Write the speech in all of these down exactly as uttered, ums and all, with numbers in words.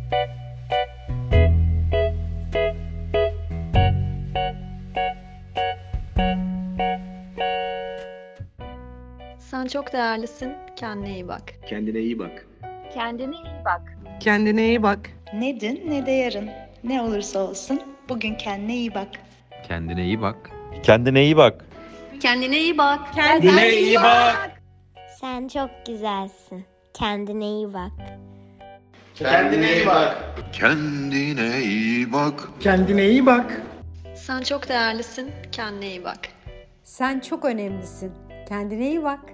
Sen çok değerlisin. Kendine iyi bak. Kendine iyi bak. Kendine iyi bak. Kendine iyi bak. Ne dün ne de yarın. Ne olursa olsun bugün kendine iyi bak. Kendine iyi bak. Kendine iyi bak. Kendine iyi bak. Kendine iyi bak. Sen çok güzelsin. Kendine iyi bak. Kendine iyi bak. Kendine iyi bak. Kendine iyi bak. Sen çok değerlisin. Kendine iyi bak. Sen çok önemlisin. Kendine iyi bak.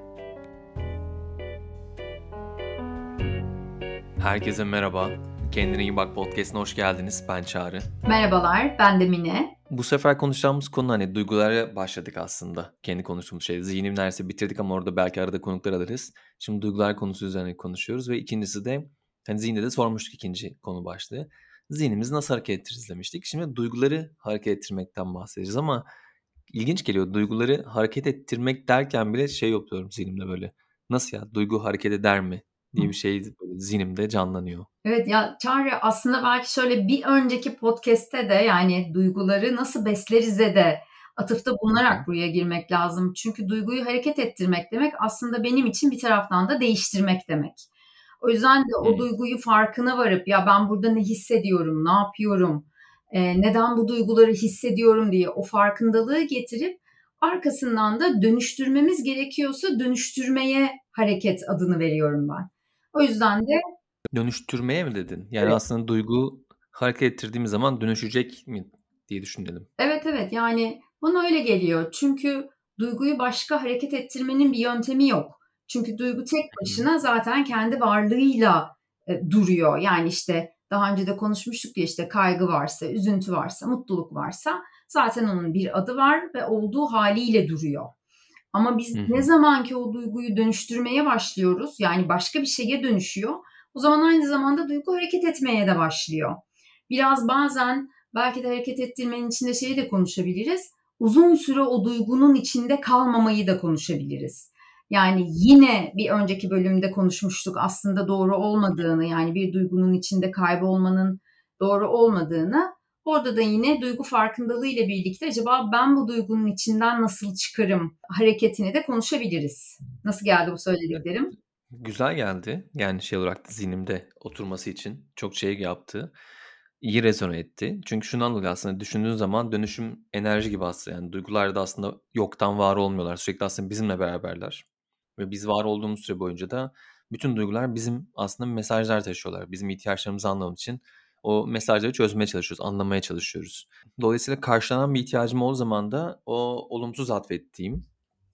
Herkese merhaba. Kendine iyi bak podcast'ine hoş geldiniz. Ben Çağrı. Merhabalar, ben de Mine. Bu sefer konuşacağımız konu hani duygulara başladık aslında. Kendi konuştuğumuz şey. Zihnim neredeyse bitirdik ama orada belki arada konuklar alırız. Şimdi duygular konusu üzerine konuşuyoruz ve ikincisi de hani zihinde de sormuştuk ikinci konu başlığı. Zihnimizi nasıl hareket ettiririz demiştik. Şimdi duyguları hareket ettirmekten bahsedeceğiz ama ilginç geliyor. Duyguları hareket ettirmek derken bile şey yapıyorum zihnimde böyle. Nasıl ya? Duygu hareket eder mi? diye bir şey böyle zihnimde canlanıyor. Evet ya Çağrı, aslında belki şöyle bir önceki podcast'te de yani duyguları nasıl besleriz'e de atıfta bulunarak buraya girmek lazım. Çünkü duyguyu hareket ettirmek demek aslında benim için bir taraftan da değiştirmek demek. O yüzden de o Hmm. duyguyu farkına varıp ya ben burada ne hissediyorum, ne yapıyorum, e, neden bu duyguları hissediyorum diye o farkındalığı getirip arkasından da dönüştürmemiz gerekiyorsa dönüştürmeye hareket adını veriyorum ben. O yüzden de Dönüştürmeye mi dedin? Yani Evet. aslında duygu hareket ettirdiğimiz zaman dönüşecek mi diye düşünelim. Evet evet yani bana öyle geliyor. Çünkü duyguyu başka hareket ettirmenin bir yöntemi yok. Çünkü duygu tek başına zaten kendi varlığıyla e, duruyor. Yani işte daha önce de konuşmuştuk ya, işte kaygı varsa, üzüntü varsa, mutluluk varsa zaten onun bir adı var ve olduğu haliyle duruyor. Ama biz Hı hı. ne zaman ki o duyguyu dönüştürmeye başlıyoruz, yani başka bir şeye dönüşüyor, o zaman aynı zamanda duygu hareket etmeye de başlıyor. Biraz bazen belki de hareket ettirmenin içinde şeyi de konuşabiliriz. Uzun süre o duygunun içinde kalmamayı da konuşabiliriz. Yani yine bir önceki bölümde konuşmuştuk aslında doğru olmadığını, yani bir duygunun içinde kaybolmanın doğru olmadığını. Orada da yine duygu farkındalığı ile birlikte acaba ben bu duygunun içinden nasıl çıkarım hareketini de konuşabiliriz. Nasıl geldi bu söylediklerim? Güzel geldi. Yani şey olarak da zihnimde oturması için çok şey yaptı. İyi rezone etti. Çünkü şundan dolayı aslında düşündüğün zaman dönüşüm enerji gibi aslında. Yani duygular da aslında yoktan var olmuyorlar. Sürekli aslında bizimle beraberler. Ve biz var olduğumuz süre boyunca da bütün duygular bizim aslında mesajlar taşıyorlar. Bizim ihtiyaçlarımızı anlamak için o mesajları çözmeye çalışıyoruz, anlamaya çalışıyoruz. Dolayısıyla karşılanan bir ihtiyacım olduğu zaman da o olumsuz atfettiğim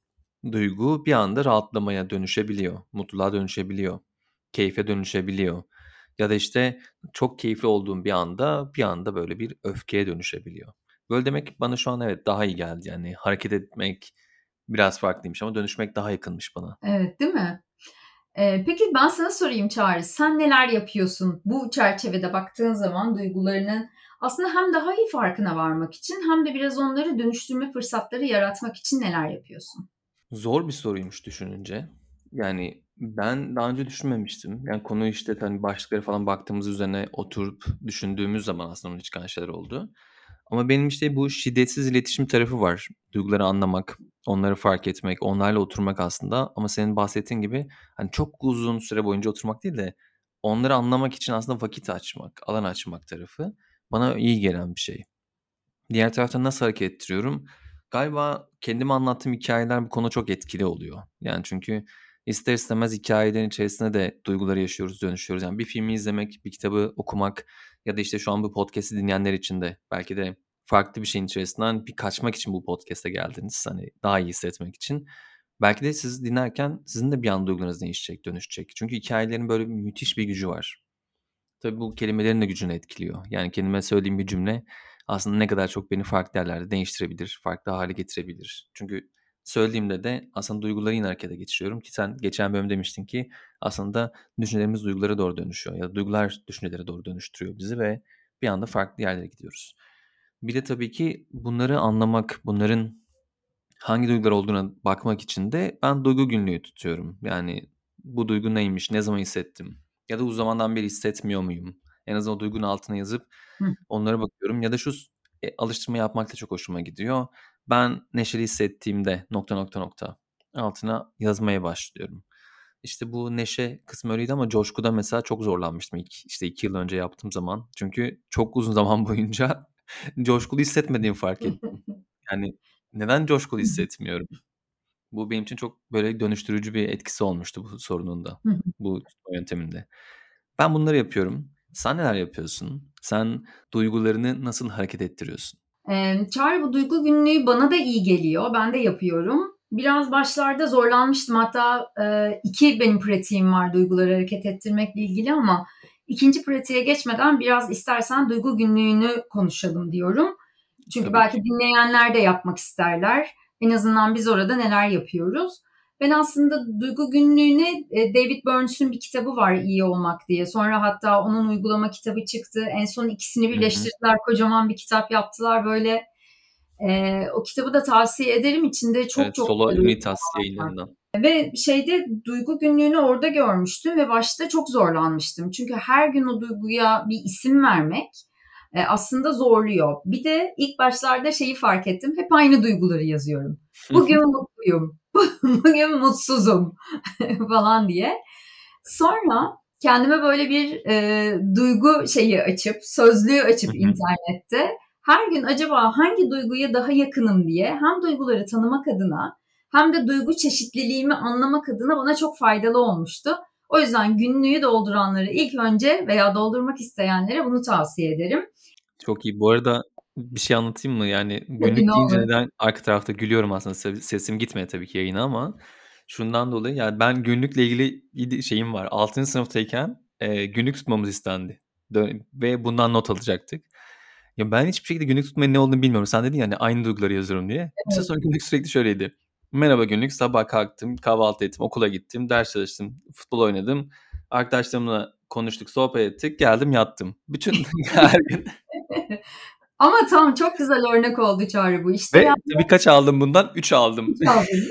duygu bir anda rahatlamaya dönüşebiliyor, mutluluğa dönüşebiliyor, keyfe dönüşebiliyor. Ya da işte çok keyifli olduğum bir anda bir anda böyle bir öfkeye dönüşebiliyor. Böyle demek bana şu an evet daha iyi geldi. Yani hareket etmek biraz farklıymış ama dönüşmek daha yakınmış bana. Evet, değil mi? Ee, peki ben sana sorayım Çağrı, sen neler yapıyorsun bu çerçevede baktığın zaman duygularının aslında hem daha iyi farkına varmak için hem de biraz onları dönüştürme fırsatları yaratmak için neler yapıyorsun? Zor bir soruymuş düşününce. Yani ben daha önce düşünmemiştim. Yani konu işte hani başlıkları falan baktığımız üzerine oturup düşündüğümüz zaman aslında onun çıkan şeyler oldu. Ama benim işte bu şiddetsiz iletişim tarafı var. Duyguları anlamak, onları fark etmek, onlarla oturmak aslında. Ama senin bahsettiğin gibi hani çok uzun süre boyunca oturmak değil de onları anlamak için aslında vakit açmak, alan açmak tarafı bana iyi gelen bir şey. Diğer taraftan nasıl hareket ettiriyorum? Galiba kendime anlattığım hikayeler bu konuda çok etkili oluyor. Yani çünkü ister istemez hikayelerin içerisinde de duyguları yaşıyoruz, dönüşüyoruz. Yani bir filmi izlemek, bir kitabı okumak ya da işte şu an bu podcast'i dinleyenler için de belki de farklı bir şeyin içerisinden bir kaçmak için bu podcast'e geldiniz. Hani daha iyi hissetmek için. Belki de siz dinlerken sizin de bir an duygularınız değişecek, dönüşecek. Çünkü hikayelerin böyle bir müthiş bir gücü var. Tabii bu kelimelerin de gücünü etkiliyor. Yani kendime söylediğim bir cümle aslında ne kadar çok beni farklı yerlerde değiştirebilir, farklı hale getirebilir. Çünkü söylediğimde de aslında duyguları yine harekete geçiriyorum ki sen geçen bölüm demiştin ki aslında düşüncelerimiz duygulara doğru dönüşüyor ya da duygular düşüncelere doğru dönüştürüyor bizi ve bir anda farklı yerlere gidiyoruz. Bir de tabii ki bunları anlamak, bunların hangi duygular olduğuna bakmak için de ben duygu günlüğü tutuyorum. Yani bu duygu neymiş, ne zaman hissettim ya da uzun zamandan beri hissetmiyor muyum? En azından o duygunun altına yazıp Hı. onlara bakıyorum ya da şu s eee, alıştırmayı yapmak da çok hoşuma gidiyor. Ben neşeli hissettiğimde... nokta nokta nokta altına yazmaya başlıyorum. İşte bu neşe kısmı öyleydi ama coşkuda mesela çok zorlanmıştım ilk, işte iki yıl önce yaptığım zaman. Çünkü çok uzun zaman boyunca coşkulu hissetmediğimi fark ettim. Yani neden coşkulu Hı hı. hissetmiyorum? Bu benim için çok böyle dönüştürücü bir etkisi olmuştu bu sorunun da, Hı hı. bu tutma yönteminde. Ben bunları yapıyorum. Sen neler yapıyorsun? Sen duygularını nasıl hareket ettiriyorsun? Emm, Çağrı, bu duygu günlüğü bana da iyi geliyor. Ben de yapıyorum. Biraz başlarda zorlanmıştım. Hatta, eee, iki benim pratiğim var duyguları hareket ettirmekle ilgili ama ikinci pratiğe geçmeden biraz istersen duygu günlüğünü konuşalım diyorum. Çünkü Tabii belki ki. dinleyenler de yapmak isterler. En azından biz orada neler yapıyoruz? Ben aslında duygu günlüğüne, eee, David Burns'ün bir kitabı var "İyi Olmak" diye. Sonra hatta onun uygulama kitabı çıktı. En son ikisini Hı hı. birleştirdiler. Kocaman bir kitap yaptılar böyle. Eee, o kitabı da tavsiye ederim. İçinde çok Evet, çok Solo güzel uygulamalar Unitas var. Yayınları'ndan. Ve şeyde duygu günlüğünü orada görmüştüm ve başta çok zorlanmıştım. Çünkü her gün o duyguya bir isim vermek, eee, aslında zorluyor. Bir de ilk başlarda şeyi fark ettim. Hep aynı duyguları yazıyorum. Bugün mutluyum, bugün mutsuzum falan diye. Sonra kendime böyle bir, eee, duygu şeyi açıp, sözlüğü Hı açıp hı. internette her gün acaba hangi duyguya daha yakınım diye hem duyguları tanımak adına hem de duygu çeşitliliğimi anlamak adına bana çok faydalı olmuştu. O yüzden günlüğü dolduranlara ilk önce veya doldurmak isteyenlere bunu tavsiye ederim. Çok iyi. Bu arada bir şey anlatayım mı? Yani Tabii, ne günlük deyince olur. neden arka tarafta gülüyorum aslında se sesim gitmedi tabii ki yayına ama şundan dolayı, yani ben günlükle ilgili bir şeyim var. altıncı sınıftayken, eee, günlük tutmamız istendi dö ve bundan not alacaktık. Ya, ben hiçbir şekilde günlük tutmanın ne olduğunu bilmiyorum. Sen dedin ya, hani, aynı duyguları yazıyorum diye. Bir süre Evet. sonra günlük sürekli şöyleydi. Merhaba günlük, sabah kalktım, kahvaltı ettim, okula gittim, ders çalıştım, futbol oynadım, arkadaşlarımla konuştuk, sohbet ettik, geldim yattım. Bütün her gün Ama tam çok güzel örnek oldu Çağrı bu. İşte Ve yani tabii kaç aldım bundan? üç aldım. üç aldın.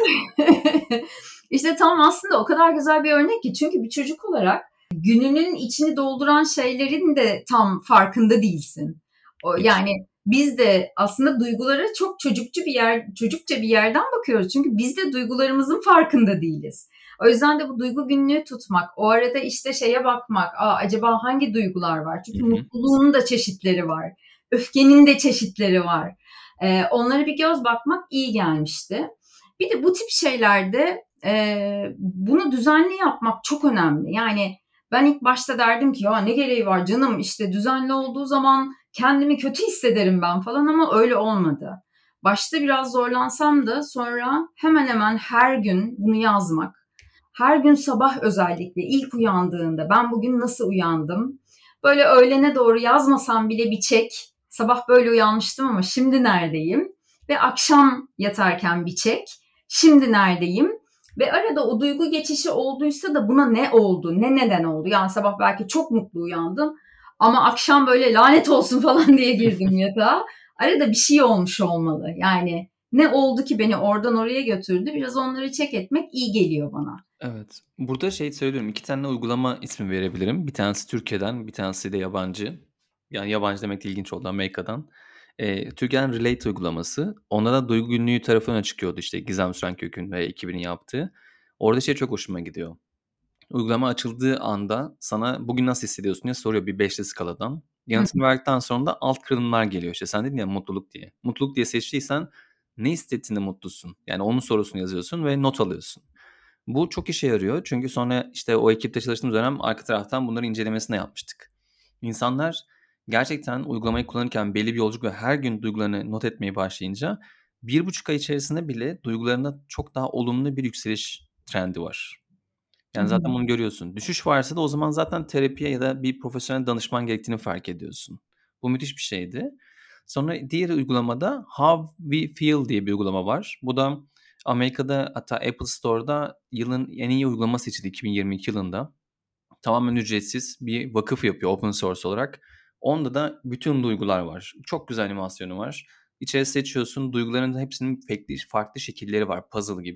İşte tam aslında o kadar güzel bir örnek ki çünkü bir çocuk olarak gününün içini dolduran şeylerin de tam farkında değilsin. O Hiç. yani biz de aslında duygulara çok çocukça bir yer çocukça bir yerden bakıyoruz. Çünkü biz de duygularımızın farkında değiliz. O yüzden de bu duygu günlüğü tutmak, o arada işte şeye bakmak, a, acaba hangi duygular var? Hı Çünkü hı. mutluluğun da çeşitleri var, öfkenin de çeşitleri var. Eee, onlara bir göz bakmak iyi gelmişti. Bir de bu tip şeylerde, eee, bunu düzenli yapmak çok önemli. Yani ben ilk başta derdim ki ya ne gereği var canım işte düzenli olduğu zaman kendimi kötü hissederim ben falan ama öyle olmadı. Başta biraz zorlansam da sonra hemen hemen her gün bunu yazmak, her gün sabah özellikle ilk uyandığında ben bugün nasıl uyandım? Böyle öğlene doğru yazmasam bile bir çek. Sabah böyle uyanmıştım ama şimdi neredeyim? Ve akşam yatarken bir çek. Şimdi neredeyim? Ve arada o duygu geçişi olduysa da buna ne oldu? Ne neden oldu? Yani sabah belki çok mutlu uyandım ama akşam böyle lanet olsun falan diye girdim yatağa. Arada bir şey olmuş olmalı. Yani ne oldu ki beni oradan oraya götürdü? Biraz onları check etmek iyi geliyor bana. Evet. Burada şey söylüyorum, iki tane uygulama ismi verebilirim. Bir tanesi Türkiye'den, bir tanesi de yabancı. Yani yabancı demek de ilginç oldu, Amerika'dan. Eee, Türkiye'den Relate uygulaması. Onda da duygu günlüğü tarafı öne çıkıyordu, işte Gizem Sürenkök'ün ve ekibinin yaptığı. Orada şey çok hoşuma gidiyor. Uygulama açıldığı anda sana bugün nasıl hissediyorsun diye soruyor bir beşli skaladan. Hı hı. Yanıtını verdikten sonra da alt kırılımlar geliyor. İşte sen dedin ya mutluluk diye. Mutluluk diye seçtiysen ne hissettiğinde mutlusun? Yani onun sorusunu yazıyorsun ve not alıyorsun. Bu çok işe yarıyor çünkü sonra işte o ekipte çalıştığımız dönem arka taraftan bunların incelemesini de yapmıştık. İnsanlar gerçekten uygulamayı kullanırken belli bir yolculuk ve her gün duygularını not etmeye başlayınca bir buçuk ay içerisinde bile duygularında çok daha olumlu bir yükseliş trendi var. Hı Yani zaten hı. bunu görüyorsun. Düşüş varsa da o zaman zaten terapiye ya da bir profesyonel danışman gerektiğini fark ediyorsun. Bu müthiş bir şeydi. Sonra diğer uygulamada How We Feel diye bir uygulama var. Bu da Amerika'da hatta Apple Store'da yılın en iyi uygulaması seçildi iki bin yirmi iki yılında. Tamamen ücretsiz bir vakıf yapıyor open source olarak. Onda da bütün duygular var. Çok güzel animasyonu var. İçeri seçiyorsun. Duyguların da hepsinin farklı, farklı şekilleri var puzzle gibi.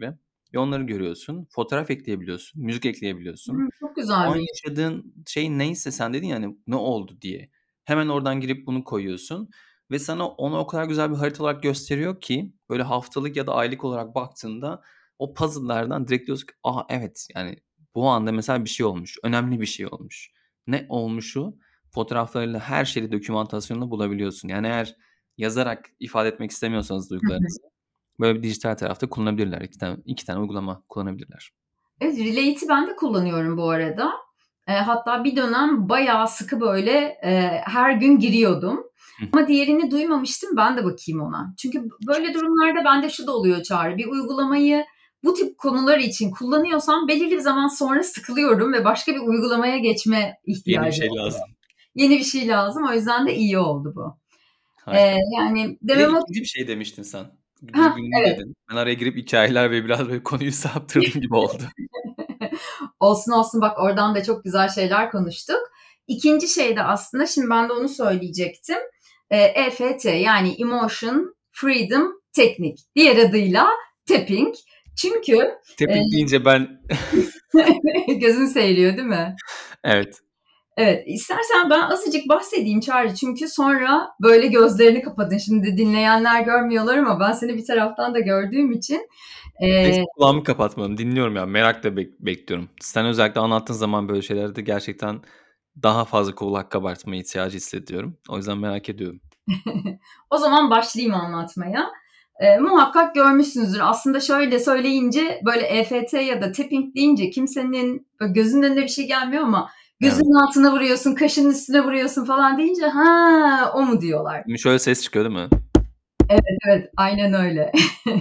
ve onları görüyorsun. Fotoğraf ekleyebiliyorsun, müzik ekleyebiliyorsun. Hımm, çok O an güzelmiş. yaşadığın şey neyse sen dedin ya hani ne oldu diye. Hemen oradan girip bunu koyuyorsun ve sana onu o kadar güzel bir harita olarak gösteriyor ki böyle haftalık ya da aylık olarak baktığında o puzzle'lardan direkt diyorsun ki "A, evet, yani bu anda mesela bir şey olmuş, önemli bir şey olmuş." Ne olmuşu fotoğraflarıyla her şeyi dokümantasyonla bulabiliyorsun. Yani eğer yazarak ifade etmek istemiyorsanız Hı hı. duygularınızı böyle bir dijital tarafta kullanabilirler. iki tane iki tane uygulama kullanabilirler. Evet, Relate'i ben de kullanıyorum bu arada. Eee, hatta bir dönem bayağı sıkı böyle, eee, her gün giriyordum Hıh. ama diğerini duymamıştım. Ben de bakayım ona. Çünkü b böyle durumlarda bende şu da oluyor Çağrı, bir uygulamayı bu tip konular için kullanıyorsam belirli bir zaman sonra sıkılıyorum ve başka bir uygulamaya geçme Yeni bir ihtiyacı şey oluyor. lazım. Yeni bir şey lazım. O yüzden de iyi oldu bu. Harika. Eee, yani Bir de demem o ikinci bir şey demiştin sen. Hah, Duygu ne evet. dedin? Ben araya girip hikâyeler ve biraz böyle konuyu saptırdım gibi oldu. Olsun, olsun. Bak oradan da çok güzel şeyler konuştuk. ikinci şey de aslında şimdi ben de onu söyleyecektim. Eee, E F T yani Emotion Freedom Technique. Diğer adıyla tapping. Çünkü, eee Tapping deyince ben gözün seyiriyor değil mi? Evet. Evet, istersen ben azıcık bahsedeyim Çağrı çünkü sonra böyle gözlerini kapadın. Şimdi dinleyenler görmüyorlar ama ben seni bir taraftan da gördüğüm için, Neyse eee kulağımı kapatmadım. Dinliyorum ya, merakla bek bekliyorum. Sen özellikle anlattığın zaman böyle şeylerde gerçekten daha fazla kulak kabartma ihtiyacı hissediyorum. O yüzden merak ediyorum. O zaman başlayayım anlatmaya. Eee, muhakkak görmüşsünüzdür. Aslında şöyle söyleyince böyle E F T ya da tapping deyince kimsenin böyle gözünün önüne bir şey gelmiyor ama Evet. gözünün altına vuruyorsun, kaşının üstüne vuruyorsun falan deyince ha o mu diyorlar. Şimdi şöyle ses çıkıyor değil mi? Evet, evet. Aynen öyle.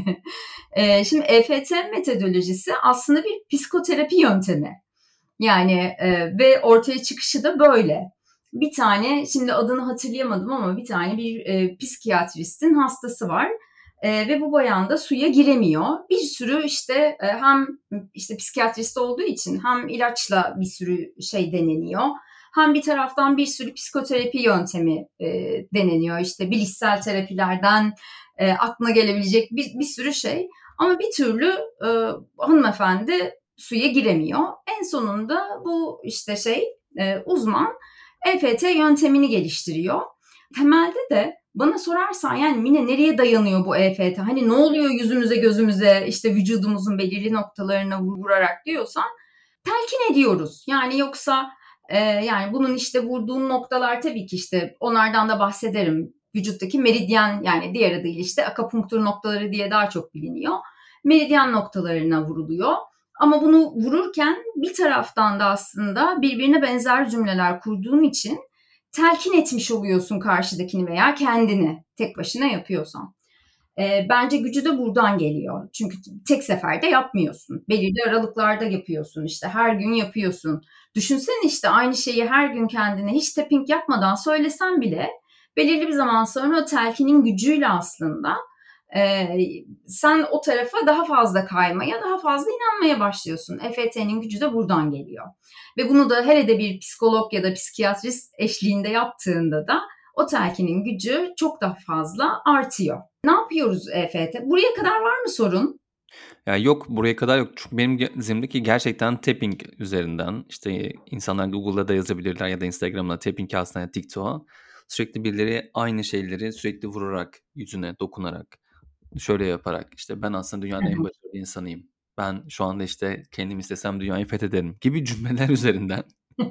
Eee, şimdi E F T metodolojisi aslında bir psikoterapi yöntemi. Yani, eee, ve ortaya çıkışı da böyle. Bir tane, şimdi adını hatırlayamadım ama bir tane bir, eee, psikiyatristin hastası var, eee, ve bu bayan da suya giremiyor. Bir sürü işte, eee, hem işte psikiyatrist olduğu için hem ilaçla bir sürü şey deneniyor hem bir taraftan bir sürü psikoterapi yöntemi, eee, deneniyor. İşte bilişsel terapilerden, eee, aklına gelebilecek bir bir sürü şey ama bir türlü, ııı, hanımefendi suya giremiyor. En sonunda bu işte şey, eee, uzman E F T yöntemini geliştiriyor. Temelde de bana sorarsan yani Mine nereye dayanıyor bu E F T? Hani ne oluyor yüzümüze, gözümüze, işte vücudumuzun belirli noktalarına vurarak diyorsan telkin ediyoruz. Yani yoksa, eee, yani bunun işte vurduğun noktalar tabii ki işte onlardan da bahsederim. Vücuttaki meridyen yani diğer adıyla işte akupunktur noktaları diye daha çok biliniyor. Meridyen noktalarına vuruluyor. Ama bunu vururken bir taraftan da aslında birbirine benzer cümleler kurduğun için telkin etmiş oluyorsun karşıdakini veya kendini tek başına yapıyorsan. Eee, bence gücü de buradan geliyor. Çünkü tek seferde yapmıyorsun. Belirli aralıklarda yapıyorsun. İşte her gün yapıyorsun. Düşünsene işte aynı şeyi her gün kendine hiç tapping yapmadan söylesen bile belirli bir zaman sonra o telkinin gücüyle aslında eee, sen o tarafa daha fazla kaymaya, daha fazla inanmaya başlıyorsun. E F T'nin gücü de buradan geliyor. Ve bunu da hele de bir psikolog ya da psikiyatrist eşliğinde yaptığında da o telkinin gücü çok daha fazla artıyor. Ne yapıyoruz E F T? Buraya kadar var mı sorun? Ya yok, buraya kadar yok. Çünkü benim ge zihnimdeki gerçekten tapping üzerinden, işte, insanlar Google'da da yazabilirler ya da Instagram'da tapping yazsınlar, TikTok'a. Sürekli birileri aynı şeyleri sürekli vurarak, yüzüne dokunarak, şöyle yaparak, işte, "Ben aslında dünyanın Hı en hı. başarılı insanıyım. Ben şu anda, işte, kendim istesem dünyayı fethederim." gibi cümleler üzerinden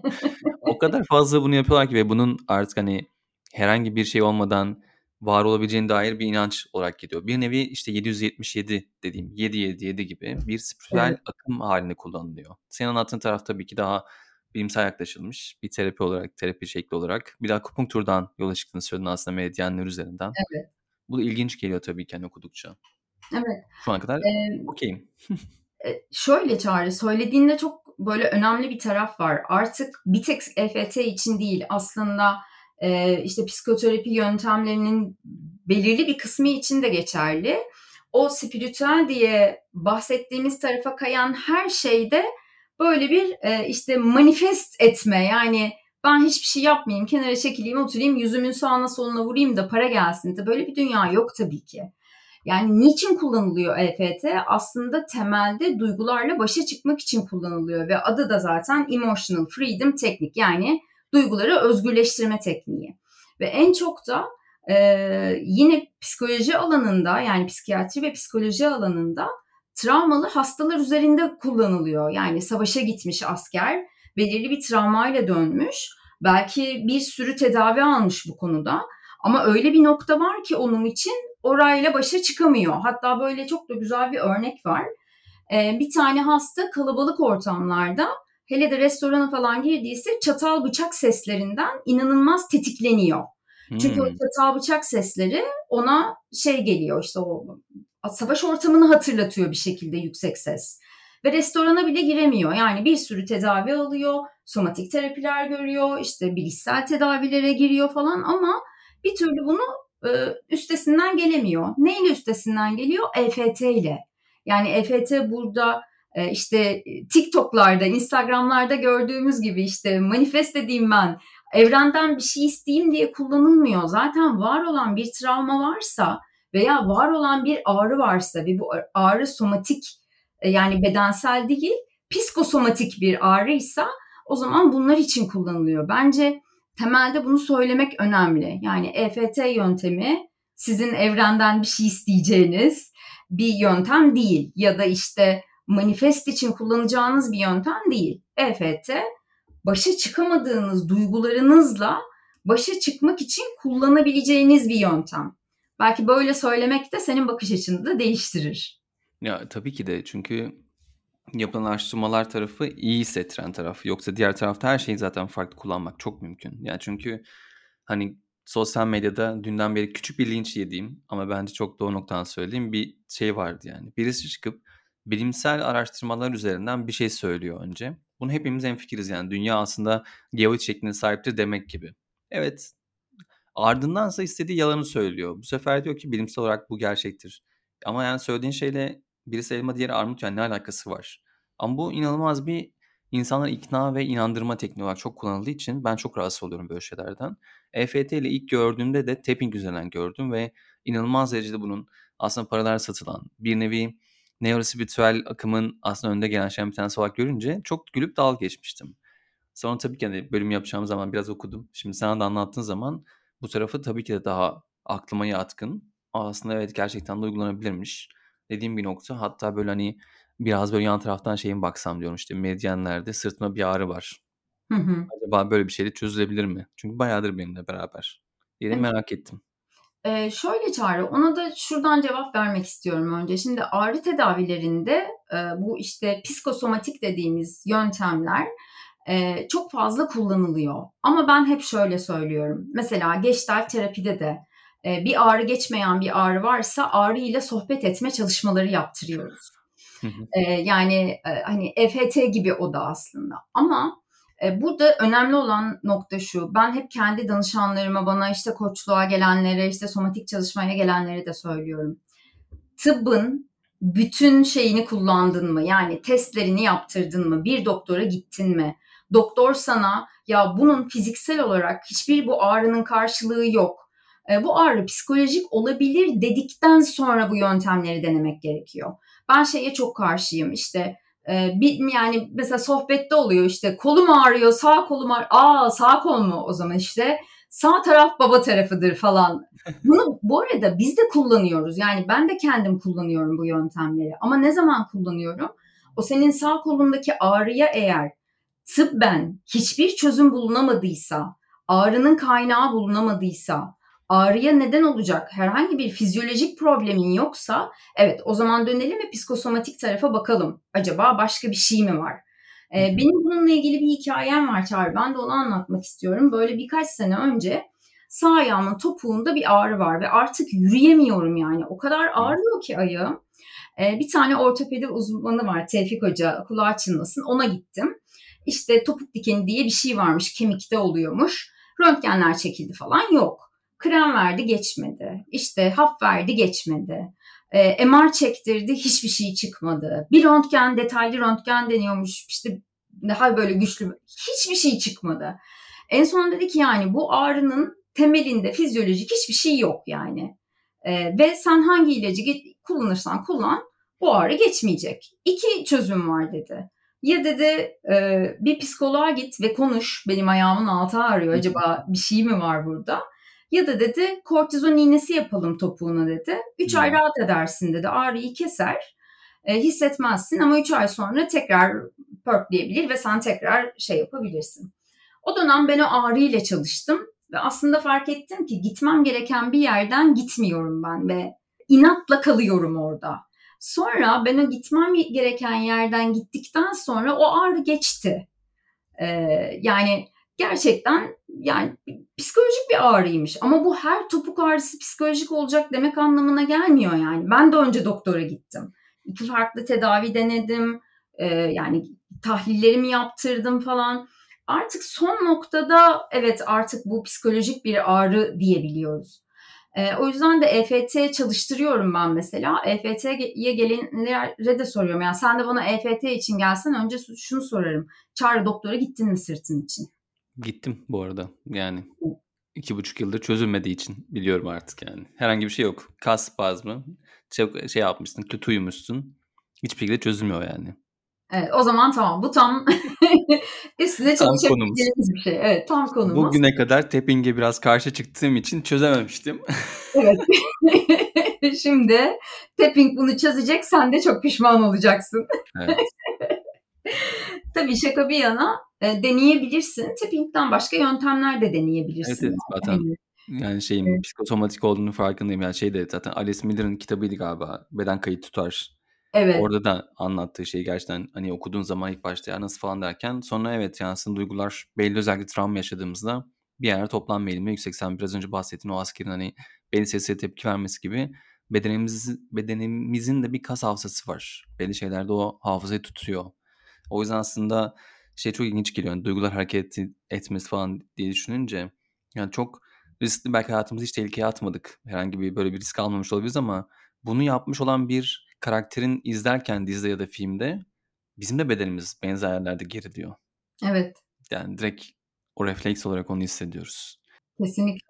o kadar fazla bunu yapıyorlar ki ve bunun artık, hani, herhangi bir şey olmadan var olabileceğine dair bir inanç olarak gidiyor. Bir nevi, işte, yedi yüz yetmiş yedi dediğim yedi yedi yedi gibi bir spiritüel Evet. akım hâlinde kullanılıyor. Senin anlattığın taraf tabii ki daha bilimsel yaklaşılmış bir terapi olarak, terapi şekli olarak. Bir de akupunkturdan yola çıktığını söyledin aslında meridyenler üzerinden. Evet. Bu da ilginç geliyor tabii ki, hani, okudukça. Evet. Şu ana kadar Emm okay'im. Eee, şöyle Çağrı, söylediğinde çok böyle önemli bir taraf var. Artık bir tek E F T için değil, aslında, eee, işte, psikoterapi yöntemlerinin belirli bir kısmı için de geçerli. O spiritüel diye bahsettiğimiz tarafa kayan her şeyde böyle bir, eee, işte, manifest etme, yani ben hiçbir şey yapmayayım, kenara çekileyim, oturayım, yüzümün sağına soluna vurayım da para gelsin. Tabii böyle bir dünya yok tabii ki. Yani niçin kullanılıyor E F T? Aslında temelde duygularla başa çıkmak için kullanılıyor ve adı da zaten Emotional Freedom Teknik, yani duyguları özgürleştirme tekniği. Ve en çok da e, yine psikoloji alanında, yani psikiyatri ve psikoloji alanında travmalı hastalar üzerinde kullanılıyor. Yani savaşa gitmiş asker, belirli bir travmayla dönmüş, belki bir sürü tedavi almış bu konuda ama öyle bir nokta var ki onun için orayla başa çıkamıyor. Hatta böyle çok da güzel bir örnek var. Ee, bir tane hasta kalabalık ortamlarda, hele de restorana falan girdiyse, çatal bıçak seslerinden inanılmaz tetikleniyor. Çünkü o Hmm. çatal bıçak sesleri ona şey geliyor, işte o savaş ortamını hatırlatıyor bir şekilde, yüksek ses. Ve restorana bile giremiyor. Yani bir sürü tedavi alıyor, somatik terapiler görüyor, işte bilişsel tedavilere giriyor falan ama bir türlü bunu e, üstesinden gelemiyor. Neyle üstesinden geliyor? E F T ile. Yani E F T burada e, işte TikTok'larda, Instagram'larda gördüğümüz gibi işte manifest dediğim ben, evrenden bir şey isteyeyim diye kullanılmıyor. Zaten var olan bir travma varsa veya var olan bir ağrı varsa ve bu ağrı somatik, yani bedensel değil, psikosomatik bir ağrıysa o zaman bunlar için kullanılıyor. Bence temelde bunu söylemek önemli. Yani E F T yöntemi sizin evrenden bir şey isteyeceğiniz bir yöntem değil ya da işte manifest için kullanacağınız bir yöntem değil. E F T başa çıkamadığınız duygularınızla başa çıkmak için kullanabileceğiniz bir yöntem. Belki böyle söylemek de senin bakış açını da değiştirir. Ya tabii ki de, çünkü yapılan araştırmalar tarafı iyi hissettiren taraf. Yoksa diğer tarafta her şeyi zaten farklı kullanmak çok mümkün. Yani çünkü hani sosyal medyada dünden beri küçük bir linç yediğim ama bence çok doğru noktadan söylediğim bir şey vardı yani. Birisi çıkıp bilimsel araştırmalar üzerinden bir şey söylüyor önce. Bunu hepimiz hemfikiriz yani. Dünya aslında geoid şekline sahiptir demek gibi. Evet. Ardındansa istediği yalanı söylüyor. Bu sefer diyor ki bilimsel olarak bu gerçektir. Ama yani söylediğin şeyle birisi elma diğeri armut, yani ne alakası var? Ama bu inanılmaz bir insanları ikna ve inandırma tekniği olarak çok kullanıldığı için ben çok rahatsız oluyorum böyle şeylerden. E F T ile ilk gördüğümde de tapping üzerinden gördüm ve inanılmaz derecede bunun aslında paralar satılan bir nevi nörospiritüel akımın aslında önde gelen şeylerin bir tanesi olarak görünce çok gülüp dalga geçmiştim. Sonra tabii ki hani bölüm yapacağım zaman biraz okudum. Şimdi sana da anlattığın zaman bu tarafı tabii ki de daha aklıma yatkın. Aslında evet, gerçekten de uygulanabilirmiş dediğim bir nokta. Hatta böyle hani biraz böyle yan taraftan şeyin baksam diyorum, işte medyenlerde sırtımda bir ağrı var. Hı hı. Acaba böyle bir şeyle çözülebilir mi? Çünkü bayağıdır benimle beraber. Diye Evet. merak ettim. Ee, şöyle Çağrı, ona da şuradan cevap vermek istiyorum önce. Şimdi ağrı tedavilerinde e, bu işte psikosomatik dediğimiz yöntemler e, çok fazla kullanılıyor. Ama ben hep şöyle söylüyorum. Mesela Gestalt terapide de e, bir ağrı geçmeyen bir ağrı varsa ağrı ile sohbet etme çalışmaları yaptırıyoruz. Hı hı. E, yani e, hani E F T gibi o da aslında. Ama e, burada önemli olan nokta şu. Ben hep kendi danışanlarıma, bana işte koçluğa gelenlere, işte somatik çalışmaya gelenlere de söylüyorum. Tıbbın bütün şeyini kullandın mı? Yani testlerini yaptırdın mı? Bir doktora gittin mi? Doktor sana ya bunun fiziksel olarak hiçbir bu ağrının karşılığı yok, E, bu ağrı psikolojik olabilir dedikten sonra bu yöntemleri denemek gerekiyor. Ben şeye çok karşıyım, işte e, bir, yani mesela sohbette oluyor, işte kolum ağrıyor, sağ kolum ağrıyor. Aa, sağ kol mu? O zaman işte sağ taraf baba tarafıdır falan. Bunu bu arada biz de kullanıyoruz. Yani ben de kendim kullanıyorum bu yöntemleri. Ama ne zaman kullanıyorum? O senin sağ kolundaki ağrıya eğer tıbben hiçbir çözüm bulunamadıysa, ağrının kaynağı bulunamadıysa, ağrıya neden olacak herhangi bir fizyolojik problemin yoksa, evet, o zaman dönelim ve psikosomatik tarafa bakalım. Acaba başka bir şey mi var? Ee, benim bununla ilgili bir hikayem var Çağrı. Ben de onu anlatmak istiyorum. Böyle birkaç sene önce sağ ayağımın topuğunda bir ağrı var ve artık yürüyemiyorum yani. O kadar ağrıyor ki ayağım. Ee, bir tane ortopedi uzmanı var, Tevfik Hoca, kulağı çınlasın. Ona gittim. İşte topuk dikeni diye bir şey varmış, kemikte oluyormuş. Röntgenler çekildi falan, yok. Krem verdi, geçmedi. İşte hap verdi, geçmedi. E, M R çektirdi, hiçbir şey çıkmadı. Bir röntgen, detaylı röntgen deniyormuş, işte daha böyle güçlü, hiçbir şey çıkmadı. En son dedi ki yani bu ağrının temelinde fizyolojik hiçbir şey yok yani. Ee, ve sen hangi ilacı ge- kullanırsan kullan bu ağrı geçmeyecek. İki çözüm var dedi. Ya dedi e, bir psikoloğa git ve konuş, benim ayağımın altı ağrıyor, acaba bir şey mi var burada? Ya da dedi kortizon iğnesi yapalım topuğuna dedi. Üç ay rahat edersin dedi, ağrıyı keser, e, hissetmezsin ama üç ay sonra tekrar pörtleyebilir ve sen tekrar şey yapabilirsin. O dönem ben o ağrıyla çalıştım ve aslında fark ettim ki gitmem gereken bir yerden gitmiyorum ben ve inatla kalıyorum orada. Sonra ben o gitmem gereken yerden gittikten sonra o ağrı geçti. Ee, yani gerçekten yani psikolojik bir ağrıymış. Ama bu her topuk ağrısı psikolojik olacak demek anlamına gelmiyor yani. Ben de önce doktora gittim. İki farklı tedavi denedim. Ee, yani tahlillerimi yaptırdım falan. Artık son noktada evet artık bu psikolojik bir ağrı diyebiliyoruz. Ee, o yüzden de E F T çalıştırıyorum ben mesela. E F T'ye gelenlere de soruyorum. Yani sen de bana E F T için gelsen önce şunu sorarım. Çağrı, doktora gittin mi sırtın için? Gittim bu arada. Yani iki buçuk yıldır çözülmediği için biliyorum artık yani. Herhangi bir şey yok. Kas spazmı. Çok şey yapmışsın, kötü uyumuşsun. Hiçbir şekilde çözülmüyor yani. Evet, o zaman tamam. Bu tam üstüne Tam çalışabileceğimiz bir şey. Evet, tam konumuz. Bugüne kadar tapping'e biraz karşı çıktığım için çözememiştim. Evet. Şimdi tapping bunu çözecek, sen de çok pişman olacaksın. Evet. Tabii şaka bir yana e, deneyebilirsin. Tapping'den başka yöntemler de deneyebilirsin. Evet, evet zaten yani şeyin evet. psikosomatik olduğunu farkındayım. Yani şey de zaten Alice Miller'ın kitabıydı galiba. Beden kayıt tutar. Evet. Orada da anlattığı şey gerçekten hani okuduğun zaman ilk başta ya nasıl falan derken sonra evet yani aslında duygular belli özellikle travma yaşadığımızda bir yere toplanmayalım ve yüksek sen biraz önce bahsettiğin o askerin hani belli sesle tepki vermesi gibi bedenimiz, bedenimizin de bir kas hafızası var. Belli şeylerde o hafızayı tutuyor. O yüzden aslında şey çok ilginç geliyor. Yani duygular hareket etmesi falan diye düşününce yani çok riskli, belki hayatımızı hiç tehlikeye atmadık. Herhangi bir böyle bir risk almamış olabiliriz ama bunu yapmış olan bir karakterin izlerken dizide ya da filmde bizim de bedenimiz benzer yerlerde geriliyor. Evet. Yani direkt o refleks olarak onu hissediyoruz. Kesinlikle.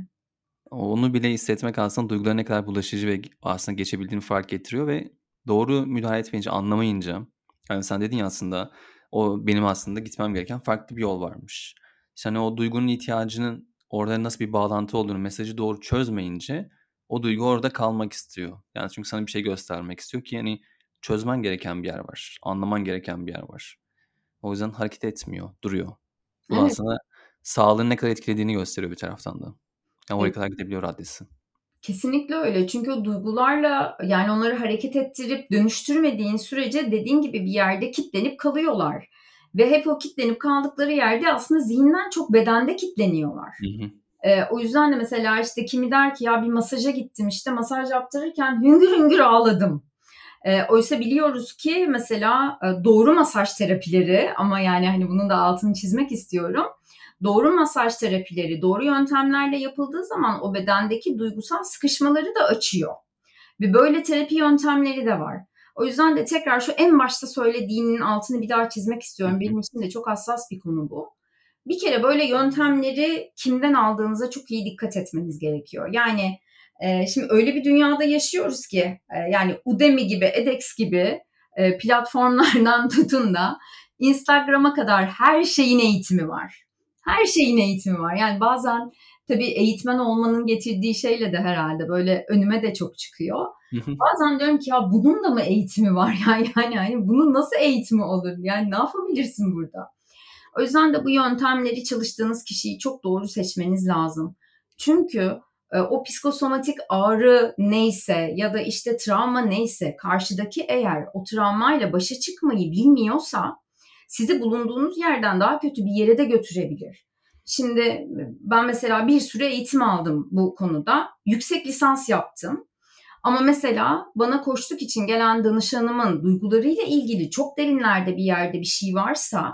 Onu bile hissetmek aslında duyguların ne kadar bulaşıcı ve aslında geçebildiğini fark ettiriyor ve doğru müdahale etmeyince, anlamayınca yani sen dedin ya aslında o benim aslında gitmem gereken farklı bir yol varmış. İşte hani o duygunun ihtiyacının orada nasıl bir bağlantı olduğunu, mesajı doğru çözmeyince o duygu orada kalmak istiyor. Yani çünkü sana bir şey göstermek istiyor ki yani çözmen gereken bir yer var. Anlaman gereken bir yer var. O yüzden hareket etmiyor, duruyor. Bu evet. aslında sağlığın ne kadar etkilediğini gösteriyor bir taraftan da. Yani oraya evet. kadar gidebiliyor raddesi. Kesinlikle öyle. Çünkü o duygularla yani onları hareket ettirip dönüştürmediğin sürece dediğin gibi bir yerde kilitlenip kalıyorlar. Ve hep o kilitlenip kaldıkları yerde aslında zihinden çok bedende kilitleniyorlar. Hı hı. Ee, o yüzden de mesela işte kimi der ki ya bir masaja gittim işte masaj yaptırırken hüngür hüngür ağladım. E, oysa biliyoruz ki mesela e, doğru masaj terapileri ama yani hani bunun da altını çizmek istiyorum. Doğru masaj terapileri doğru yöntemlerle yapıldığı zaman o bedendeki duygusal sıkışmaları da açıyor. Ve böyle terapi yöntemleri de var. O yüzden de tekrar şu en başta söylediğinin altını bir daha çizmek istiyorum. Benim için de çok hassas bir konu bu. Bir kere böyle yöntemleri kimden aldığınıza çok iyi dikkat etmeniz gerekiyor. Yani e, şimdi öyle bir dünyada yaşıyoruz ki e, yani Udemy gibi, edX gibi e, platformlardan tutun da Instagram'a kadar her şeyin eğitimi var. Her şeyin eğitimi var. Yani bazen tabii eğitmen olmanın getirdiği şeyle de herhalde böyle önüme de çok çıkıyor. Bazen diyorum ki ya bunun da mı eğitimi var? Yani, yani, yani bunun nasıl eğitimi olur? Yani ne yapabilirsin burada? O yüzden de bu yöntemleri çalıştığınız kişiyi çok doğru seçmeniz lazım. Çünkü e, o psikosomatik ağrı neyse ya da işte travma neyse karşıdaki eğer o travmayla başa çıkmayı bilmiyorsa sizi bulunduğunuz yerden daha kötü bir yere de götürebilir. Şimdi ben mesela bir süre eğitim aldım bu konuda. Yüksek lisans yaptım. Ama mesela bana koçluk için gelen danışanımın duygularıyla ilgili çok derinlerde bir yerde bir şey varsa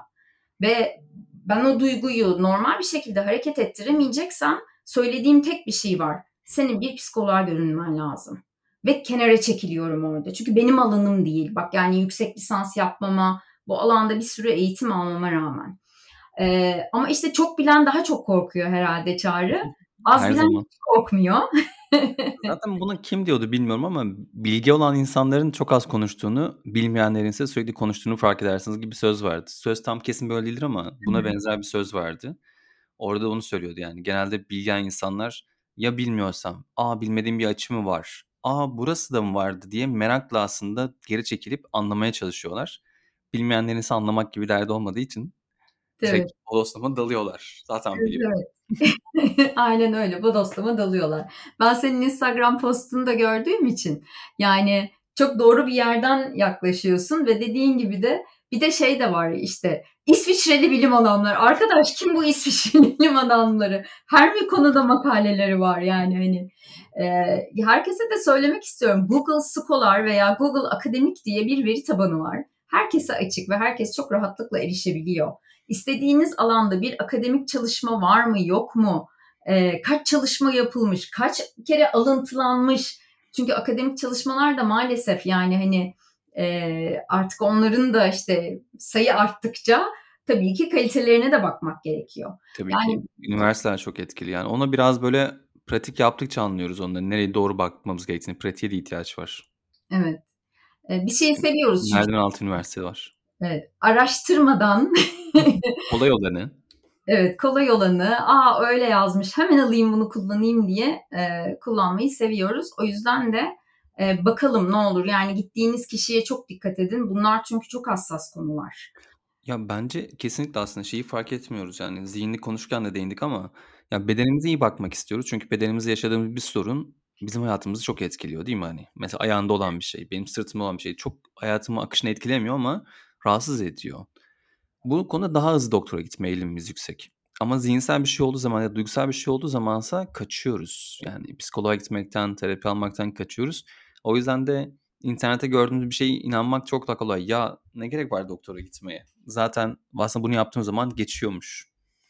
ve ben o duyguyu normal bir şekilde hareket ettiremeyeceksem söylediğim tek bir şey var. Senin bir psikoloğa görünmen lazım. Ve kenara çekiliyorum orada. Çünkü benim alanım değil. Bak yani yüksek lisans yapmama, bu alanda bir sürü eğitim almama rağmen. Ee, ama işte çok bilen daha çok korkuyor herhalde Çağrı. Az Her bilen zaman. hiç korkmuyor. Zaten buna kim diyordu bilmiyorum ama bilgi olan insanların çok az konuştuğunu, bilmeyenlerin ise sürekli konuştuğunu fark edersiniz gibi bir söz vardı. Söz tam kesin böyle değildir ama buna Evet. benzer bir söz vardı. Orada onu söylüyordu yani. Genelde bilgen insanlar ya bilmiyorsam, "A, bilmediğim bir açı mı var? A, burası da mı vardı?" diye merakla aslında geri çekilip anlamaya çalışıyorlar. Bilmeyenlerin ise anlamak gibi derdi olmadığı için Evet. direkt bodoslama dalıyorlar. Zaten Evet, biliyorum. evet. Aynen öyle. Bodoslama dalıyorlar. Ben senin Instagram postunu da gördüğüm için yani çok doğru bir yerden yaklaşıyorsun ve dediğin gibi de bir de şey de var işte İsviçreli bilim adamları. Arkadaş kim bu İsviçreli bilim adamları? Her bir konuda makaleleri var yani hani. Eee, herkese de söylemek istiyorum. Google Scholar veya Google Akademik diye bir veri tabanı var. Herkese açık ve herkes çok rahatlıkla erişebiliyor. İstediğiniz alanda bir akademik çalışma var mı yok mu? Ee, kaç çalışma yapılmış? Kaç kere alıntılanmış? Çünkü akademik çalışmalar da maalesef yani hani e, artık onların da işte sayı arttıkça tabii ki kalitelerine de bakmak gerekiyor. Tabii ki. Yani Üniversiteler çok etkili yani. Ona biraz böyle pratik yaptıkça anlıyoruz onları. Nereye doğru bakmamız gerektiğini. Pratiğe de ihtiyaç var. evet. Ee, bir şeyi seviyoruz çünkü. Merdiven altı üniversite var. Evet. Araştırmadan Kolay olanı. evet kolay olanı, aa öyle yazmış hemen alayım bunu kullanayım diye e, kullanmayı seviyoruz. O yüzden de e, bakalım ne olur yani gittiğiniz kişiye çok dikkat edin. Bunlar çünkü çok hassas konular. Ya bence kesinlikle aslında şeyi fark etmiyoruz yani zihinli konuşurken de değindik ama ya bedenimize iyi bakmak istiyoruz. Çünkü bedenimizde yaşadığımız bir sorun bizim hayatımızı çok etkiliyor değil mi hani? Mesela ayağında olan bir şey, benim sırtımda olan bir şey çok hayatımı akışını etkilemiyor ama rahatsız ediyor. Bu konuda daha hızlı doktora gitme eğilimimiz yüksek. Ama zihinsel bir şey olduğu zaman ya da duygusal bir şey olduğu zamansa kaçıyoruz. Yani psikoloğa gitmekten, terapi almaktan kaçıyoruz. O yüzden de internette gördüğümüz bir şeye inanmak çok daha kolay. Ya ne gerek var doktora gitmeye? Zaten aslında bunu yaptığım zaman geçiyormuş.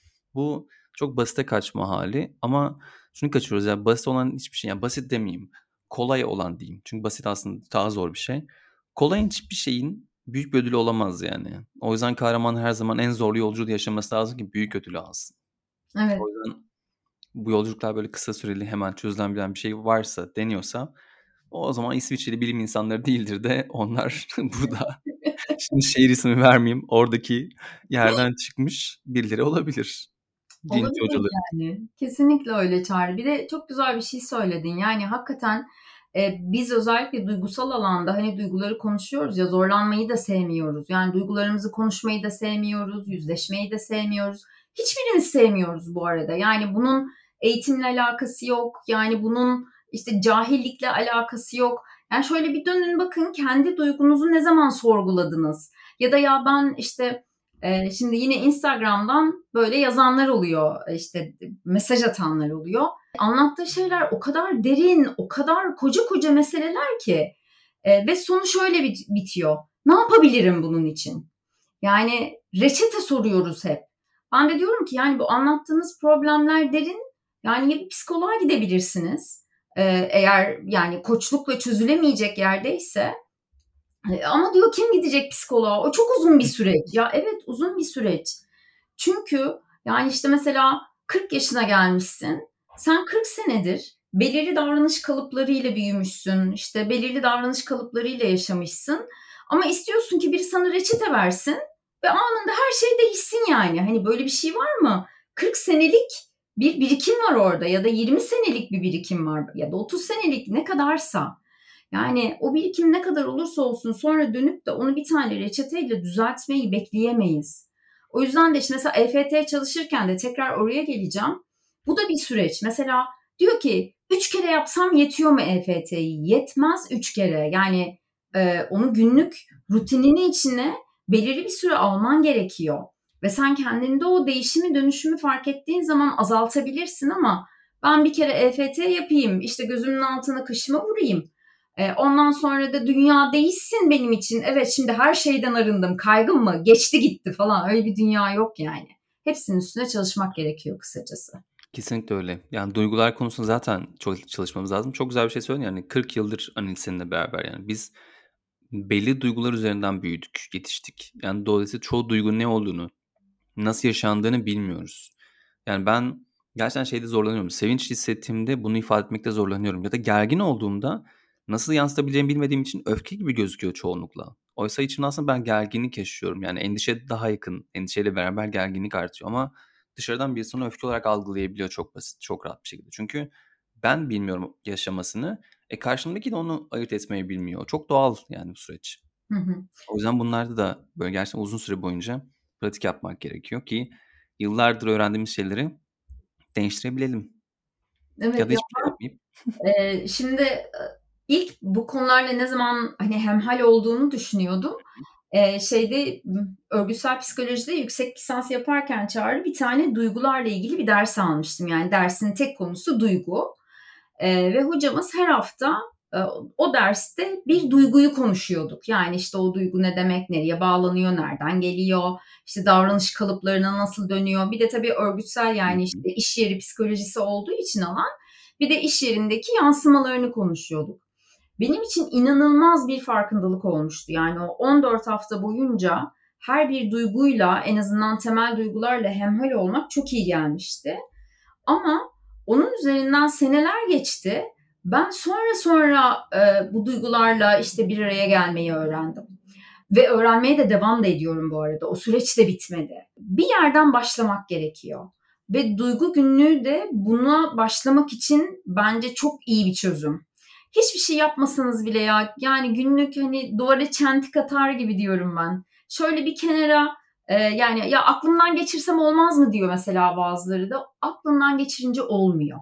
Bu çok basite kaçma hali ama şunu kaçırıyoruz ya basit olan hiçbir şey. Yani basit demeyeyim. Kolay olan diyeyim. Çünkü basit aslında daha zor bir şey. Kolay hiçbir şeyin büyük bir ödülü olamaz yani. O yüzden kahraman her zaman en zorlu yolculuğu yaşaması lazım ki büyük ödülü alsın. Evet. O yüzden bu yolculuklar böyle kısa süreli hemen çözülebilen bir şey varsa, deniyorsa o zaman İsviçreli bilim insanları değildir de onlar burada şimdi şehir ismi vermeyeyim. Oradaki yerden çıkmış birileri olabilir. Dinç Olabilir hocaları. yani. Kesinlikle öyle Çağrı. Bir de çok güzel bir şey söyledin. Yani hakikaten e, biz özellikle duygusal alanda hani duyguları konuşuyoruz ya zorlanmayı da sevmiyoruz. Yani duygularımızı konuşmayı da sevmiyoruz, yüzleşmeyi de sevmiyoruz. Hiçbirimiz sevmiyoruz bu arada. Yani bunun eğitimle alakası yok. Yani bunun işte cahillikle alakası yok. Yani şöyle bir dönün bakın kendi duygunuzu ne zaman sorguladınız? Ya da ya ben işte ee, şimdi yine Instagram'dan böyle yazanlar oluyor, işte mesaj atanlar oluyor. Anlattığı şeyler o kadar derin, o kadar koca koca meseleler ki Ee, ve sonu şöyle bit- bitiyor. Ne yapabilirim bunun için? Yani reçete soruyoruz hep. Ben de diyorum ki yani bu anlattığınız problemler derin. Yani ya bir psikoloğa gidebilirsiniz. Ee, eğer yani koçlukla çözülemeyecek yerdeyse e, ama diyor kim gidecek psikoloğa? O çok uzun bir süreç. Ya evet uzun bir süreç. Çünkü yani işte mesela kırk yaşına gelmişsin. Sen kırk senedir belirli davranış kalıplarıyla büyümüşsün. İşte belirli davranış kalıplarıyla yaşamışsın. Ama istiyorsun ki biri sana reçete versin ve anında her şey değişsin yani. Hani böyle bir şey var mı? kırk senelik bir birikim var orada ya da yirmi senelik bir birikim var ya da otuz senelik ne kadarsa. Yani o birikim ne kadar olursa olsun sonra dönüp de onu bir tane reçeteyle düzeltmeyi bekleyemeyiz. O yüzden de işte mesela E F T çalışırken de tekrar oraya geleceğim. Bu da bir süreç. Mesela diyor ki üç kere yapsam yetiyor mu E F T'yi? Yetmez üç kere. Yani e, onu günlük rutininin içine belirli bir süre alman gerekiyor. Ve sen kendinde o değişimi dönüşümü fark ettiğin zaman azaltabilirsin ama ben bir kere E F T yapayım, işte gözümün altına kaşıma vurayım. E, ondan sonra da dünya değişsin benim için. Evet şimdi her şeyden arındım. Kaygım mı? Geçti gitti falan. Öyle bir dünya yok yani. Hepsinin üstüne çalışmak gerekiyor kısacası. Kesinlikle öyle. Yani duygular konusunda zaten çok çalışmamız lazım. Çok güzel bir şey söyledin yani kırk yıldır Anil seninle beraber yani biz belli duygular üzerinden büyüdük, yetiştik. Yani dolayısıyla çoğu duygunun ne olduğunu, nasıl yaşandığını bilmiyoruz. Yani ben Gerçekten şeyde zorlanıyorum. Sevinç hissettiğimde bunu ifade etmekte zorlanıyorum. Ya da gergin olduğumda nasıl yansıtabileceğimi bilmediğim için öfke gibi gözüküyor çoğunlukla. Oysa içimde aslında ben gerginlik yaşıyorum. Yani endişe daha yakın. Endişeyle beraber gerginlik artıyor ama dışarıdan birisi onu öfke olarak algılayabiliyor çok basit, çok rahat bir şekilde. Çünkü ben bilmiyorum yaşamasını. E karşımdaki de onu ayırt etmeyi bilmiyor. Çok doğal yani bu süreç. Hı hı. O yüzden bunlarda da böyle gerçekten uzun süre boyunca pratik yapmak gerekiyor ki yıllardır öğrendiğimiz şeyleri değiştirebilelim. Evet Ya da ya hiçbir şey yapmayıp. Eee, şimdi, eee, ilk bu konularla ne zaman, hani, hemhal olduğumu düşünüyordum. Eee, şeyde, ımm, örgütsel psikolojide yüksek lisans yaparken Çağrı, bir tane duygularla ilgili bir ders almıştım. Yani dersin tek konusu duygu. Eee, ve hocamız her hafta, eee, o derste bir duyguyu konuşuyorduk. Yani, işte, o duygu ne demek, nereye bağlanıyor, nereden geliyor, işte, davranış kalıplarına nasıl dönüyor. Bir de tabii örgütsel, Hı yani, hı. işte, iş yeri psikolojisi olduğu için alan, bir de iş yerindeki yansımalarını konuşuyorduk. Benim için inanılmaz bir farkındalık olmuştu. Yani o on dört hafta boyunca her bir duyguyla, en azından temel duygularla hemhal olmak çok iyi gelmişti. Ama onun üzerinden seneler geçti. Ben sonra sonra, eee, bu duygularla, işte, bir araya gelmeyi öğrendim ve öğrenmeye de devam da ediyorum bu arada. O süreç de bitmedi. Bir yerden başlamak gerekiyor ve duygu günlüğü de buna başlamak için bence çok iyi bir çözüm. Hiçbir şey yapmasanız bile ya, yani günlük, hani, duvara çentik atar gibi diyorum ben. Şöyle bir kenara, eee, yani, "Ya, aklımdan geçirsem olmaz mı?" diyor mesela bazıları da. Aklından geçirince olmuyor.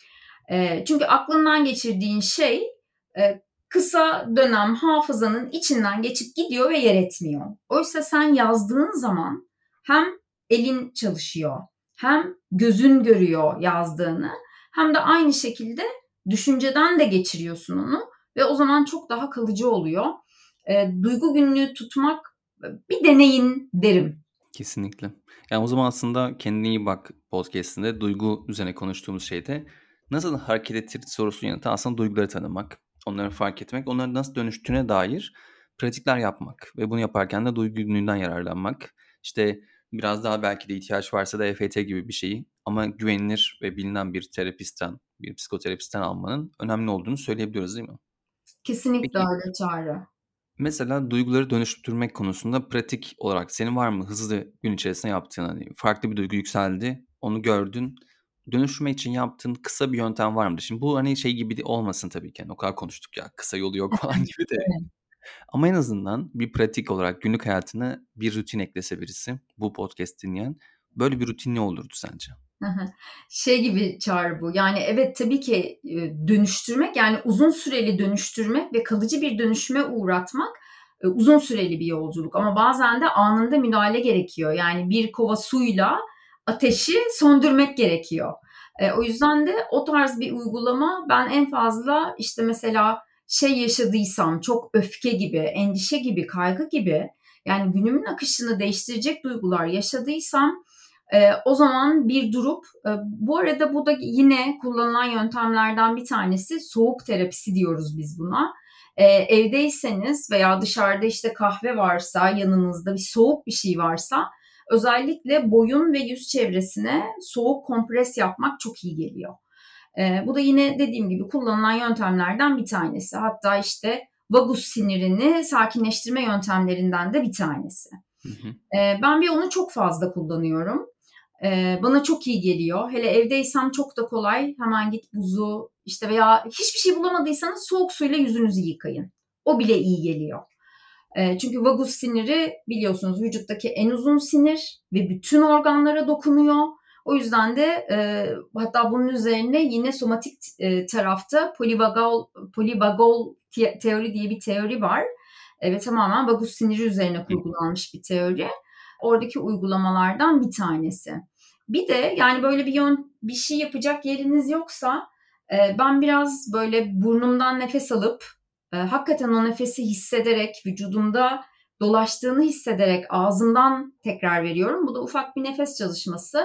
Eee, çünkü aklından geçirdiğin şey, eee, kısa dönem hafızanın içinden geçip gidiyor ve yer etmiyor. Oysa sen yazdığın zaman hem elin çalışıyor, hem gözün görüyor yazdığını, hem de aynı şekilde düşünceden de geçiriyorsun onu ve o zaman çok daha kalıcı oluyor. Eee, duygu günlüğü tutmak, eee, bir deneyin derim. Kesinlikle. Yani o zaman aslında "Kendine iyi bak" podcast'inde duygu üzerine konuştuğumuz şeyde nasıl hareket ettirdi sorusunun yanıtı aslında duyguları tanımak, onları fark etmek, onların nasıl dönüştüğüne dair pratikler yapmak ve bunu yaparken de duygu günlüğünden yararlanmak. İşte biraz daha belki de ihtiyaç varsa da E F T gibi bir şeyi ama güvenilir ve bilinen bir terapistten, bir psikoterapistten almanın önemli olduğunu söyleyebiliyoruz, değil mi? Kesinlikle Peki öyle Çağrı. mesela duyguları dönüştürmek konusunda pratik olarak senin var mı hızlı gün içerisinde yaptığın, hani, farklı bir duygu yükseldi, onu gördün, dönüştürmek için yaptığın kısa bir yöntem var mıdır? Şimdi bu, hani, şey gibi de olmasın tabii ki, hani, o kadar konuştuk ya, kısa yolu yok falan gibi de Evet. ama en azından bir pratik olarak günlük hayatına bir rutin eklese birisi, bu podcast dinleyen, böyle bir rutin ne olurdu sence? Hı hı. Şey gibi Çağrı bu, yani evet tabii ki, eee, dönüştürmek, yani uzun süreli dönüştürmek ve kalıcı bir dönüşüme uğratmak, eee, uzun süreli bir yolculuk ama bazen de anında müdahale gerekiyor. Yani bir kova suyla ateşi söndürmek gerekiyor. Eee, o yüzden de o tarz bir uygulama ben en fazla, işte, mesela şey yaşadıysam, çok öfke gibi, endişe gibi, kaygı gibi, yani günümün akışını değiştirecek duygular yaşadıysam, Eee, o zaman bir durup, eee, bu arada bu da yine kullanılan yöntemlerden bir tanesi soğuk terapisi diyoruz biz buna. Eee, evdeyseniz veya dışarıda işte kahve varsa, yanınızda bir soğuk bir şey varsa özellikle boyun ve yüz çevresine soğuk kompres yapmak çok iyi geliyor. Eee, bu da yine dediğim gibi kullanılan yöntemlerden bir tanesi. Hatta işte vagus sinirini sakinleştirme yöntemlerinden de bir tanesi. Hı hı. Eee, ben bir onu çok fazla kullanıyorum. Eee, bana çok iyi geliyor. Hele evdeysem çok da kolay. Hemen git buzu işte veya hiçbir şey bulamadıysanız soğuk suyla yüzünüzü yıkayın. O bile iyi geliyor. Eee, çünkü vagus siniri biliyorsunuz vücuttaki en uzun sinir ve bütün organlara dokunuyor. O yüzden de eee, hatta bunun üzerine yine somatik eee, tarafta polivagal polivagal te- teori diye bir teori var. E, ve tamamen vagus siniri üzerine Hı. kurgulanmış bir teori. Oradaki uygulamalardan bir tanesi. Bir de yani böyle bir yön, bir şey yapacak yeriniz yoksa e, ben biraz böyle burnumdan nefes alıp e, hakikaten o nefesi hissederek vücudumda dolaştığını hissederek ağzımdan tekrar veriyorum. Bu da ufak bir nefes çalışması.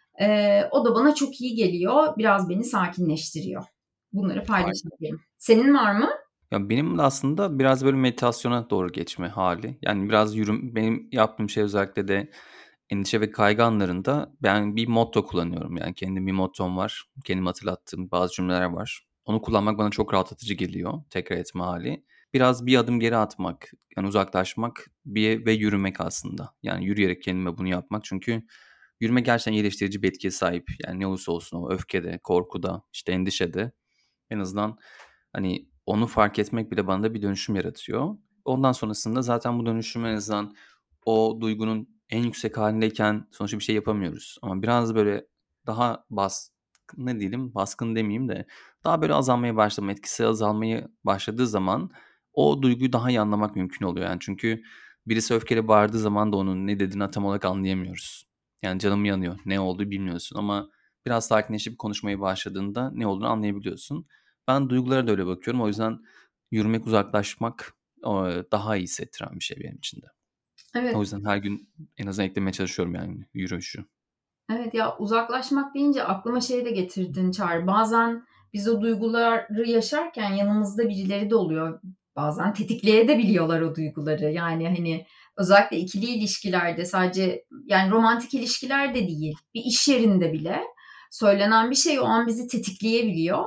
E, o da bana çok iyi geliyor. Biraz beni sakinleştiriyor. Bunları Harika. paylaşabilirim. Senin var mı? Ya, benim de aslında biraz böyle meditasyona doğru geçme hâli. Yani biraz yürüm benim yaptığım şey özellikle de endişe ve kaygı anlarında ben bir motto kullanıyorum. Yani kendim bir mottom var. Kendime hatırlattığım bazı cümleler var. Onu kullanmak bana çok rahatlatıcı geliyor. Tekrar etme hali. Biraz bir adım geri atmak, yani uzaklaşmak bir ve yürümek aslında. Yani yürüyerek kendime bunu yapmak. Çünkü yürüme gerçekten iyileştirici bir etkiye sahip. Yani ne olursa olsun o öfkede, korkuda, işte endişede en azından hani onu fark etmek bile bana bir dönüşüm yaratıyor. Ondan sonrasında zaten bu dönüşüm en azından o duygunun en yüksek halindeyken sonuçta bir şey yapamıyoruz. Ama biraz böyle daha bas ne diyelim baskın demeyeyim de daha böyle azalmaya başlama, etkisi azalmaya başladığı zaman o duyguyu daha iyi anlamak mümkün oluyor. Yani çünkü birisi öfkeyle bağırdığı zaman da onun ne dediğini tam olarak anlayamıyoruz. Yani canım yanıyor, ne olduğu bilmiyorsun ama biraz sakinleşip konuşmaya başladığında ne olduğunu anlayabiliyorsun. Ben duygulara da öyle bakıyorum. O yüzden yürümek, uzaklaşmak eee, daha iyi hissettiren bir şey benim için de. O Evet. yüzden her gün en azından eklemeye çalışıyorum yani yürüyüşü. Evet ya uzaklaşmak deyince aklıma şey de getirdin Çağrı. Bazen biz o duyguları yaşarken yanımızda birileri de oluyor. Bazen tetikleyebiliyorlar o duyguları. Yani hani özellikle ikili ilişkilerde sadece yani romantik ilişkiler de değil. Bir iş yerinde bile söylenen bir şey o an bizi tetikleyebiliyor.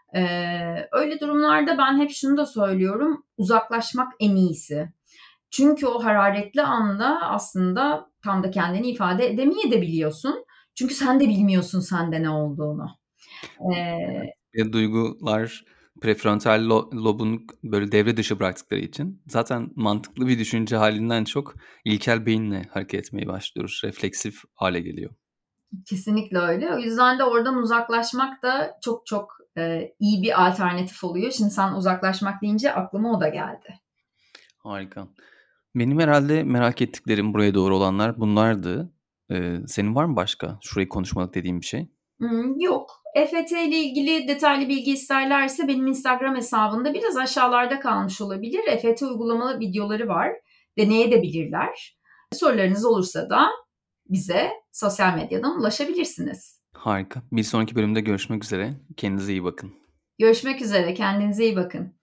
Ee, öyle durumlarda ben hep şunu da söylüyorum. Uzaklaşmak en iyisi. Çünkü o hararetli anda aslında tam da kendini ifade edemeyebiliyorsun. Çünkü sen de bilmiyorsun sende ne olduğunu. Evet. Eee Ve duygular prefrontal lo- lobunu böyle devre dışı bıraktıkları için zaten mantıklı bir düşünce halinden çok ilkel beyinle hareket etmeye başlıyoruz. Refleksif hale geliyor. Kesinlikle öyle. O yüzden de oradan uzaklaşmak da çok çok eee, iyi bir alternatif oluyor. Şimdi sen uzaklaşmak deyince aklıma o da geldi. Harika. Benim herhalde merak ettiklerim buraya doğru olanlar bunlardı. Ee, senin var mı başka şurayı konuşmalık dediğim bir şey? Hımm, yok. E F T ile ilgili detaylı bilgi isterlerse benim Instagram hesabımda biraz aşağılarda kalmış olabilir. E F T uygulamalı videoları var. Deneyebilirler. Sorularınız olursa da bize sosyal medyadan ulaşabilirsiniz. Harika. Bir sonraki bölümde görüşmek üzere. Kendinize iyi bakın. Görüşmek üzere, kendinize iyi bakın.